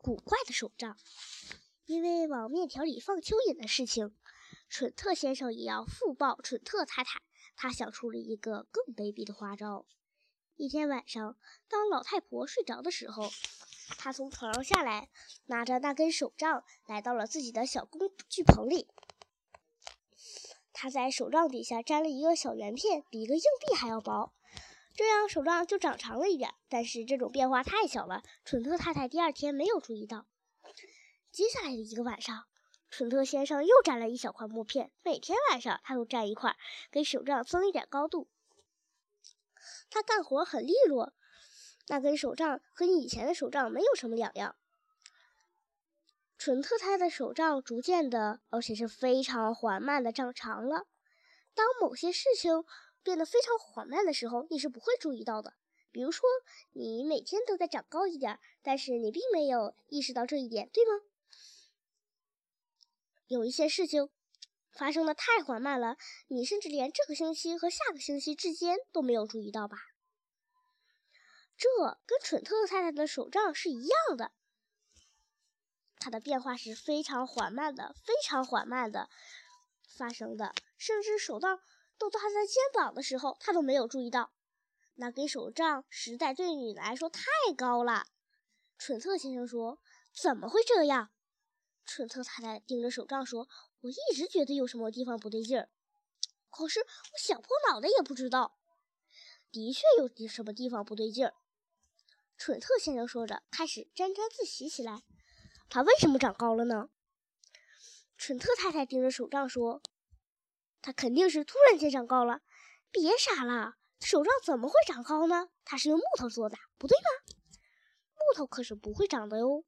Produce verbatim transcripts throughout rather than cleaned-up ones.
古怪的手杖。因为往面条里放蚯蚓的事情，蠢特先生也要复报蠢特太太。他想出了一个更卑鄙的花招。一天晚上，当老太婆睡着的时候，他从床上下来，拿着那根手杖来到了自己的小工具棚里。他在手杖底下粘了一个小圆片，比一个硬币还要薄，这样手杖就长长了一点。但是这种变化太小了，蠢特太太第二天没有注意到。接下来的一个晚上，蠢特先生又粘了一小块木片，每天晚上他都粘一块，给手杖增一点高度。他干活很利落，那根手杖和以前的手杖没有什么两样。蠢特太太的手杖逐渐的，而且是非常缓慢的长长了。当某些事情变得非常缓慢的时候，你是不会注意到的。比如说，你每天都在长高一点，但是你并没有意识到这一点，对吗？有一些事情发生的太缓慢了，你甚至连这个星期和下个星期之间都没有注意到吧？这跟蠢特太太的手杖是一样的，它的变化是非常缓慢的，非常缓慢的发生的，甚至手杖都到他的肩膀的时候，他都没有注意到。那根手杖实在对你来说太高了。蠢特先生说：“怎么会这样？”蠢特太太盯着手杖说：“我一直觉得有什么地方不对劲儿，可是我想破脑袋也不知道。的确有什么地方不对劲儿。”蠢特先生说着，开始沾沾自喜起来。他为什么长高了呢？蠢特太太盯着手杖说：“他肯定是突然间长高了。别傻了，手杖怎么会长高呢？它是用木头做的，不对吗？木头可是不会长的哟。”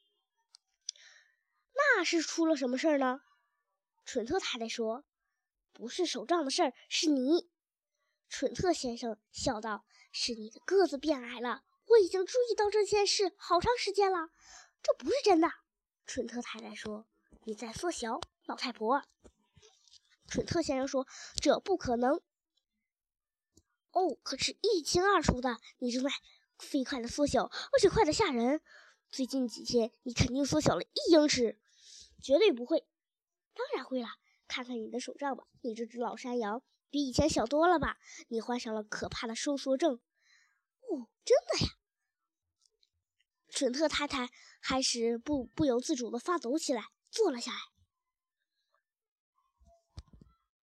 那是出了什么事儿呢？蠢特太太说：“不是手杖的事儿，是你。”蠢特先生笑道：“是你的个子变矮了，我已经注意到这件事好长时间了。”这不是真的，蠢特太太说：“你在缩小，老太婆。”蠢特先生说：“这不可能。”哦，可是一清二楚的，你正在飞快的缩小，而且快得吓人。最近几天，你肯定缩小了一英尺。绝对不会。当然会了，看看你的手杖吧，你这只老山羊比以前小多了吧？你患上了可怕的收缩症。哦，真的呀！蠢特太太开始不不由自主地发抖起来，坐了下来。